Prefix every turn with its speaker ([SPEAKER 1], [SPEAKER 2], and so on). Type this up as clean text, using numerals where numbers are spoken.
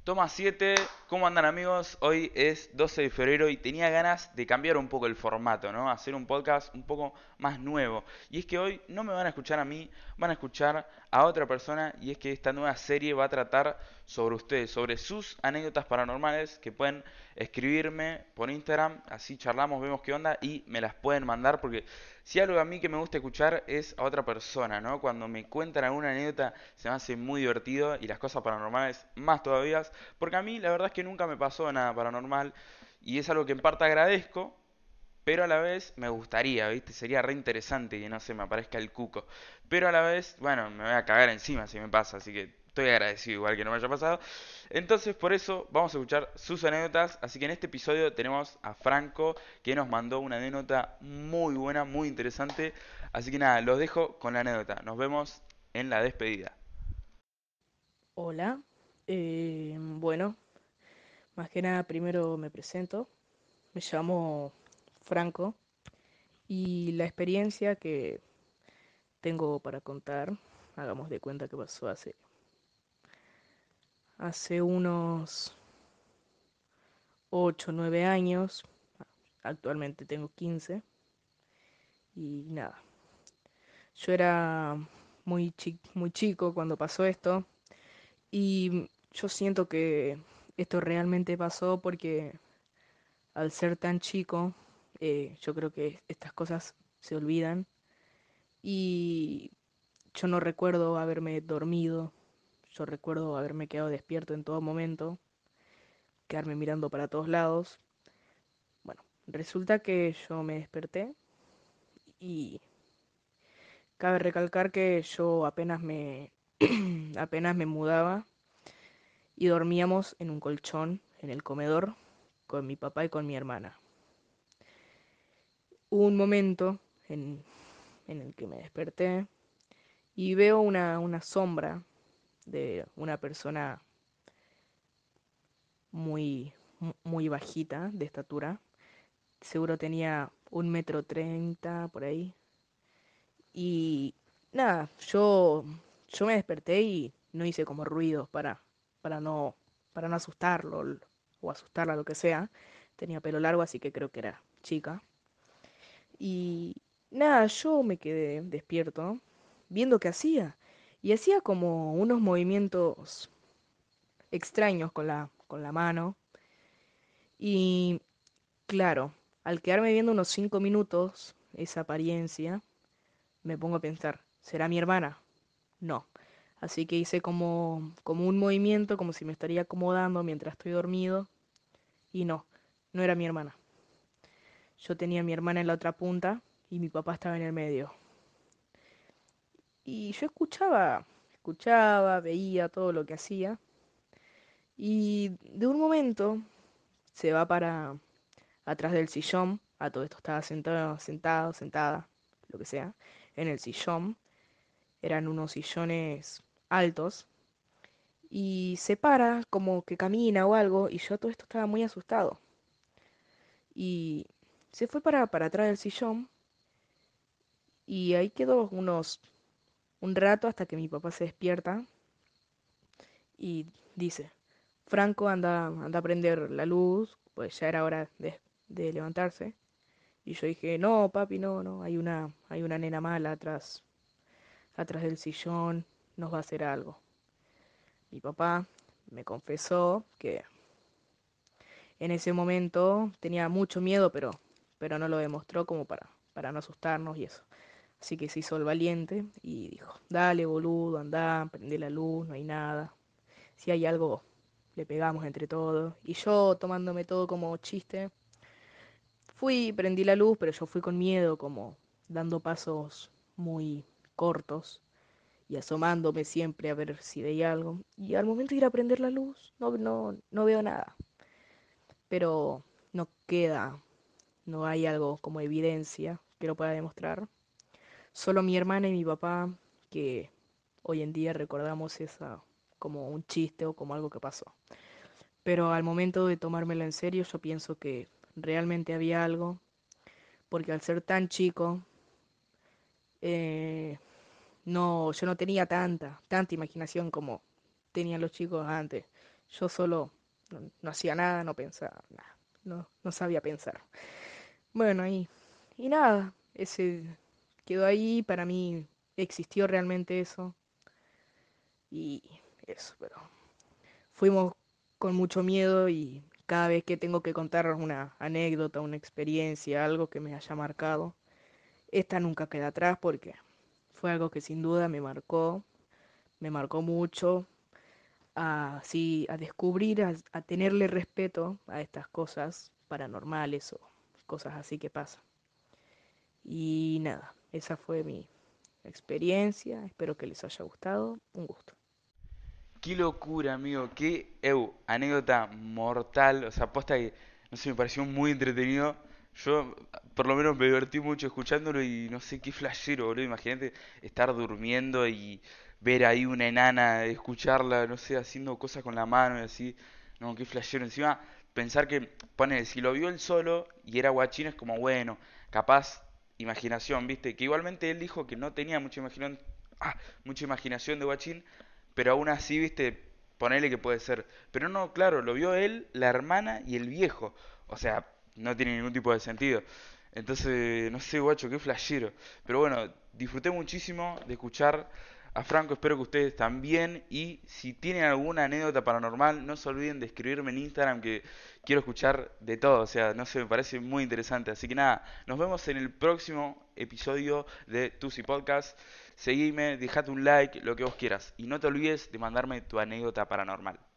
[SPEAKER 1] Toma 7, ¿cómo andan amigos? Hoy es 12 de febrero y tenía ganas de cambiar un poco el formato, ¿no? Hacer un podcast un poco más nuevo. Y es que hoy no me van a escuchar a mí, van a escuchar a otra persona y es que esta nueva serie va a tratar sobre ustedes, sobre sus anécdotas paranormales que pueden escribirme por Instagram, así charlamos, vemos qué onda y me las pueden mandar porque si algo a mí que me gusta escuchar es a otra persona, ¿no? Cuando me cuentan alguna anécdota se me hace muy divertido y las cosas paranormales más todavía. Porque a mí la verdad es que nunca me pasó nada paranormal y es algo que en parte agradezco, pero a la vez me gustaría, ¿viste? Sería re interesante que no se me aparezca el cuco. Pero a la vez, bueno, me voy a cagar encima si me pasa, así que estoy agradecido igual que no me haya pasado. Entonces, por eso vamos a escuchar sus anécdotas. Así que en este episodio tenemos a Franco que nos mandó una anécdota muy buena, muy interesante. Así que nada, los dejo con la anécdota. Nos vemos en la despedida.
[SPEAKER 2] Hola, bueno, más que nada primero me presento, me llamo Franco y la experiencia que tengo para contar, hagamos de cuenta que pasó hace unos 8 9 años, actualmente tengo 15 y nada, yo era muy chico cuando pasó esto y yo siento que esto realmente pasó porque al ser tan chico, yo creo que estas cosas se olvidan y yo no recuerdo haberme dormido, yo recuerdo haberme quedado despierto en todo momento, quedarme mirando para todos lados. Bueno, resulta que yo me desperté y cabe recalcar que yo apenas me mudaba y dormíamos en un colchón en el comedor con mi papá y con mi hermana. Hubo un momento en el que me desperté y veo una sombra de una persona muy, muy bajita de estatura. Seguro tenía 1,30 m por ahí. Y nada, yo me desperté y no hice como ruidos para no, para no asustarlo o asustarla, lo que sea. Tenía pelo largo, así que creo que era chica. Y nada, yo me quedé despierto viendo qué hacía. Y hacía como unos movimientos extraños con la mano. Y claro, al quedarme viendo unos 5 minutos esa apariencia, me pongo a pensar, ¿será mi hermana? No. Así que hice como un movimiento, como si me estaría acomodando mientras estoy dormido. Y no, no era mi hermana. Yo tenía a mi hermana en la otra punta y mi papá estaba en el medio. Y yo escuchaba, veía todo lo que hacía. Y de un momento se va para atrás del sillón. A todo esto estaba sentada, lo que sea, en el sillón. Eran unos sillones altos. Y se para, como que camina o algo. Y yo a todo esto estaba muy asustado. Y se fue para atrás del sillón. Y ahí quedó un rato hasta que mi papá se despierta. Y dice, Franco, anda a prender la luz. Pues ya era hora de levantarse. Y yo dije, no, papi, no, no, hay una nena mala atrás del sillón, nos va a hacer algo. Mi papá me confesó que en ese momento tenía mucho miedo, pero no lo demostró como para no asustarnos y eso. Así que se hizo el valiente y dijo, dale, boludo, andá, prende la luz, no hay nada. Si hay algo, le pegamos entre todos. Y yo, tomándome todo como chiste, fui, prendí la luz, pero yo fui con miedo, como dando pasos muy cortos y asomándome siempre a ver si veía algo. Y al momento de ir a prender la luz, no veo nada. Pero no queda, no hay algo como evidencia que lo pueda demostrar. Solo mi hermana y mi papá, que hoy en día recordamos esa como un chiste o como algo que pasó. Pero al momento de tomármelo en serio, yo pienso que realmente había algo, porque al ser tan chico, eh, no, yo no tenía tanta imaginación como tenían los chicos antes. Yo solo no hacía nada, no pensaba nada, no sabía pensar. Bueno, y nada, ese quedó ahí, para mí existió realmente eso y eso, pero fuimos con mucho miedo y cada vez que tengo que contar una anécdota, una experiencia, algo que me haya marcado, esta nunca queda atrás porque fue algo que sin duda me marcó mucho, sí, a descubrir, a tenerle respeto a estas cosas paranormales o cosas así que pasan. Y nada, esa fue mi experiencia, espero que les haya gustado, un gusto.
[SPEAKER 1] Qué locura, amigo, qué anécdota mortal, o sea, posta que, no sé, me pareció muy entretenido. Yo, por lo menos, me divertí mucho escuchándolo y no sé qué flashero, boludo. Imagínate estar durmiendo y ver ahí una enana, escucharla, no sé, haciendo cosas con la mano y así. No, qué flashero. Encima, pensar que, pone, si lo vio él solo y era guachín, es como, bueno, capaz, imaginación, ¿viste? Que igualmente él dijo que no tenía mucha imaginación de guachín, pero aún así, viste, ponele que puede ser. Pero no, claro, lo vio él, la hermana y el viejo. O sea, no tiene ningún tipo de sentido. Entonces, no sé, guacho, qué flashero. Pero bueno, disfruté muchísimo de escuchar a Franco, espero que ustedes también. Y si tienen alguna anécdota paranormal, no se olviden de escribirme en Instagram, que quiero escuchar de todo. O sea, no sé, me parece muy interesante. Así que nada, nos vemos en el próximo episodio de Tusi Podcast. Seguime, dejate un like, lo que vos quieras. Y no te olvides de mandarme tu anécdota paranormal.